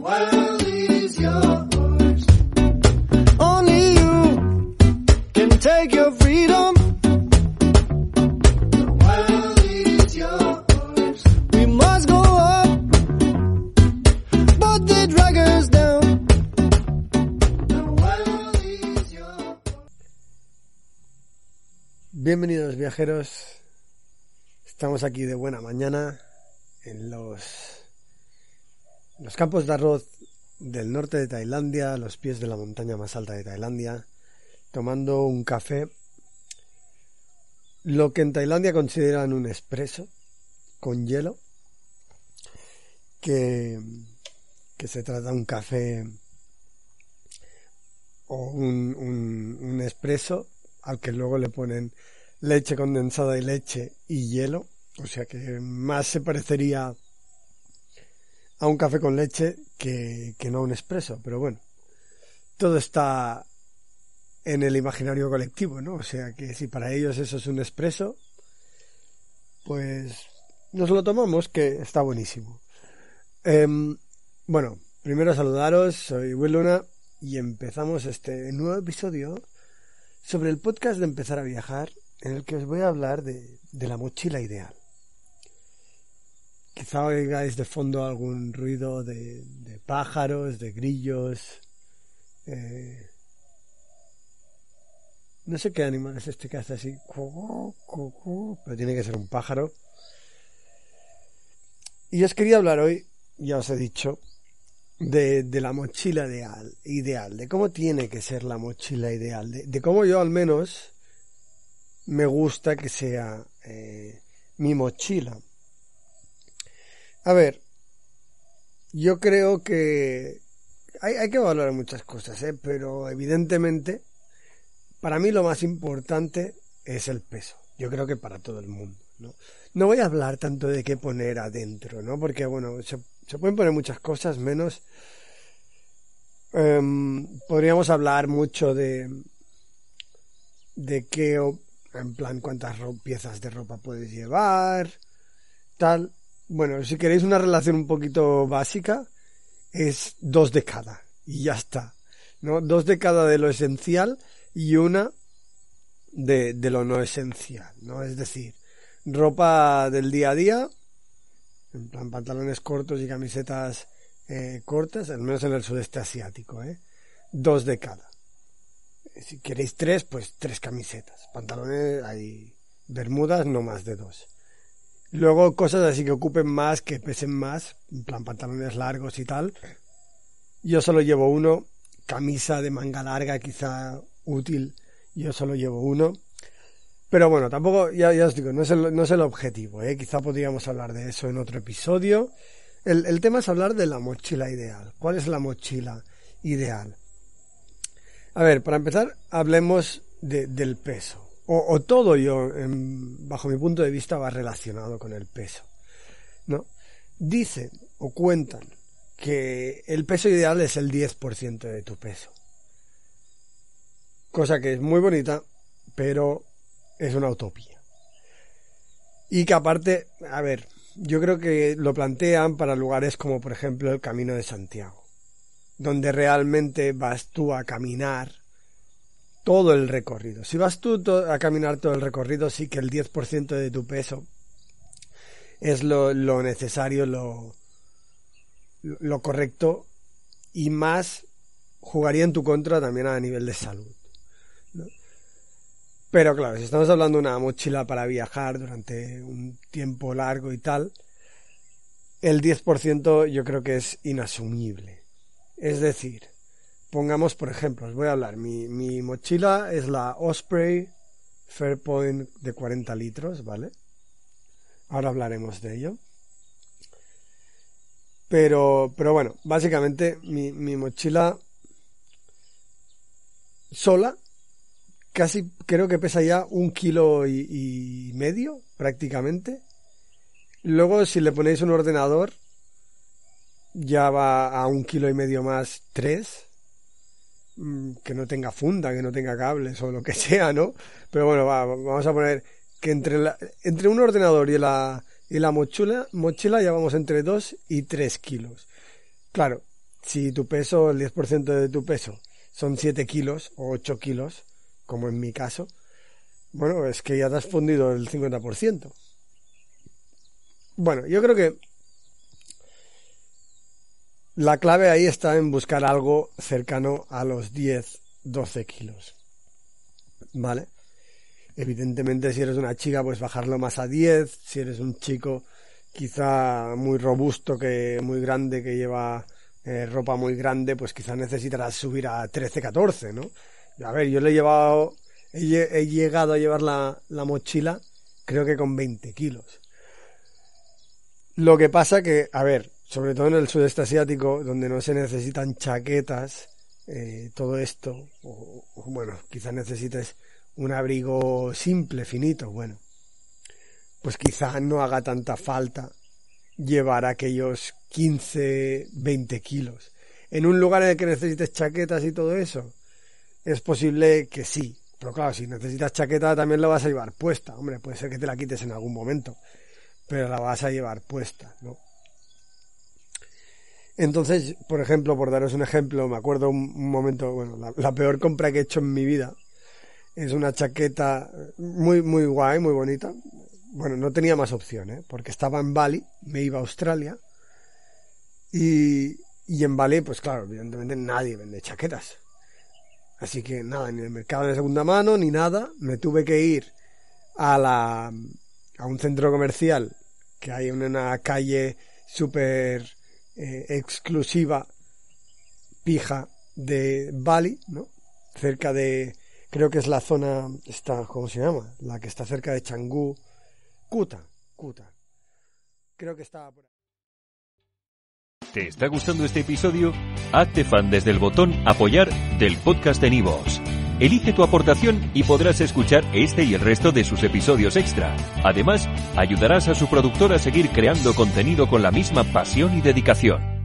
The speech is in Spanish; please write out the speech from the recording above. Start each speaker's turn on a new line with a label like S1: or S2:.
S1: world is yours. Only you can take your freedom. The world is yours. We must go up, but they drag us down. The world is yours. Bienvenidos viajeros. Estamos aquí de buena mañana en los campos de arroz del norte de Tailandia, a los pies de la montaña más alta de Tailandia, tomando un café, lo que en Tailandia consideran un espresso con hielo, que se trata de un café o un espresso al que luego le ponen leche condensada y leche y hielo, o sea que más se parecería a un café con leche que no a un espresso, pero bueno, todo está en el imaginario colectivo, ¿no? O sea que si para ellos eso es un espresso, pues nos lo tomamos, que está buenísimo. Bueno, primero saludaros, soy Will Luna y empezamos este nuevo episodio sobre el podcast de Empezar a Viajar, en el que os voy a hablar de la mochila ideal. Quizá oigáis de fondo algún ruido de pájaros, de grillos. No sé qué animal es este que hace así, pero tiene que ser un pájaro. Y os quería hablar hoy, ya os he dicho, de la mochila ideal, de cómo tiene que ser la mochila ideal, de cómo yo al menos me gusta que sea mi mochila. A ver, yo creo que hay que valorar muchas cosas, pero evidentemente para mí lo más importante es el peso. Yo creo que para todo el mundo, ¿no? No voy a hablar tanto de qué poner adentro, ¿no? Porque, bueno, se pueden poner muchas cosas, menos podríamos hablar mucho de qué, en plan, cuántas piezas de ropa puedes llevar, tal. Bueno, si queréis una relación un poquito básica, es 2 de cada, y ya está, ¿no? 2 de cada de lo esencial y una de lo no esencial, ¿no? Es decir, ropa del día a día, en plan pantalones cortos y camisetas cortas, al menos en el sudeste asiático, 2 de cada. Si queréis 3, pues 3 camisetas. Pantalones, hay bermudas, no más de 2. Luego cosas así que ocupen más, que pesen más, en plan pantalones largos y tal. Yo solo llevo uno. Camisa de manga larga, quizá útil, yo solo llevo uno. Pero bueno, tampoco, ya os digo, no es el objetivo, quizá podríamos hablar de eso en otro episodio. El tema es hablar de la mochila ideal. ¿Cuál es la mochila ideal? A ver, para empezar, hablemos del peso. O todo bajo mi punto de vista, va relacionado con el peso, ¿no? Dicen o cuentan que el peso ideal es el 10% de tu peso. Cosa que es muy bonita, pero es una utopía. Y que aparte, a ver, yo creo que lo plantean para lugares como, por ejemplo, el Camino de Santiago, donde realmente vas tú a caminar todo el recorrido. Si vas tú a caminar todo el recorrido, sí que el 10% de tu peso es lo necesario, lo correcto, y más jugaría en tu contra también a nivel de salud, ¿no? Pero claro, si estamos hablando de una mochila para viajar durante un tiempo largo y tal, el 10% yo creo que es inasumible. Es decir, pongamos, por ejemplo, os voy a hablar, mi mochila es la Osprey Fairpoint de 40 litros, ¿vale? Ahora hablaremos de ello. Pero bueno, básicamente mi mochila sola casi creo que pesa ya 1,5 kilos prácticamente. Luego si le ponéis un ordenador ya va a 1,5 kilos más, 3. Que no tenga funda, que no tenga cables o lo que sea, ¿no? Pero bueno, vamos a poner que entre un ordenador y la mochila ya vamos entre 2 y 3 kilos. Claro, si tu peso, el 10% de tu peso son 7 kilos o 8 kilos, como en mi caso, bueno, es que ya te has fundido el 50%. Bueno, yo creo que la clave ahí está en buscar algo cercano a los 10-12 kilos, ¿vale? Evidentemente, si eres una chica, pues bajarlo más a 10. Si eres un chico quizá muy robusto, muy grande, que lleva ropa muy grande, pues quizá necesitarás subir a 13-14, ¿no? A ver, yo he llegado a llevar la mochila, creo que con 20 kilos. Lo que pasa que, a ver, sobre todo en el sudeste asiático, donde no se necesitan chaquetas, todo esto, o bueno, quizá necesites un abrigo simple, finito, bueno, pues quizá no haga tanta falta llevar aquellos 15-20 kilos. En un lugar en el que necesites chaquetas y todo eso, es posible que sí, pero claro, si necesitas chaqueta también la vas a llevar puesta. Hombre, puede ser que te la quites en algún momento, pero la vas a llevar puesta, ¿no? Entonces, por ejemplo, por daros un ejemplo, me acuerdo un momento, bueno, la peor compra que he hecho en mi vida es una chaqueta muy, muy guay, muy bonita. Bueno, no tenía más opción, porque estaba en Bali, me iba a Australia, y en Bali, pues claro, evidentemente nadie vende chaquetas. Así que nada, ni en el mercado de segunda mano, ni nada. Me tuve que ir a un centro comercial que hay en una calle súper exclusiva, pija, de Bali, ¿no? Cerca de, creo que es la zona, ¿cómo se llama? La que está cerca de Canggu, Kuta. Creo que está por ahí.
S2: ¿Te está gustando este episodio? Hazte fan desde el botón Apoyar del podcast de Nivos. Elige tu aportación y podrás escuchar este y el resto de sus episodios extra. Además, ayudarás a su productor a seguir creando contenido con la misma pasión y dedicación.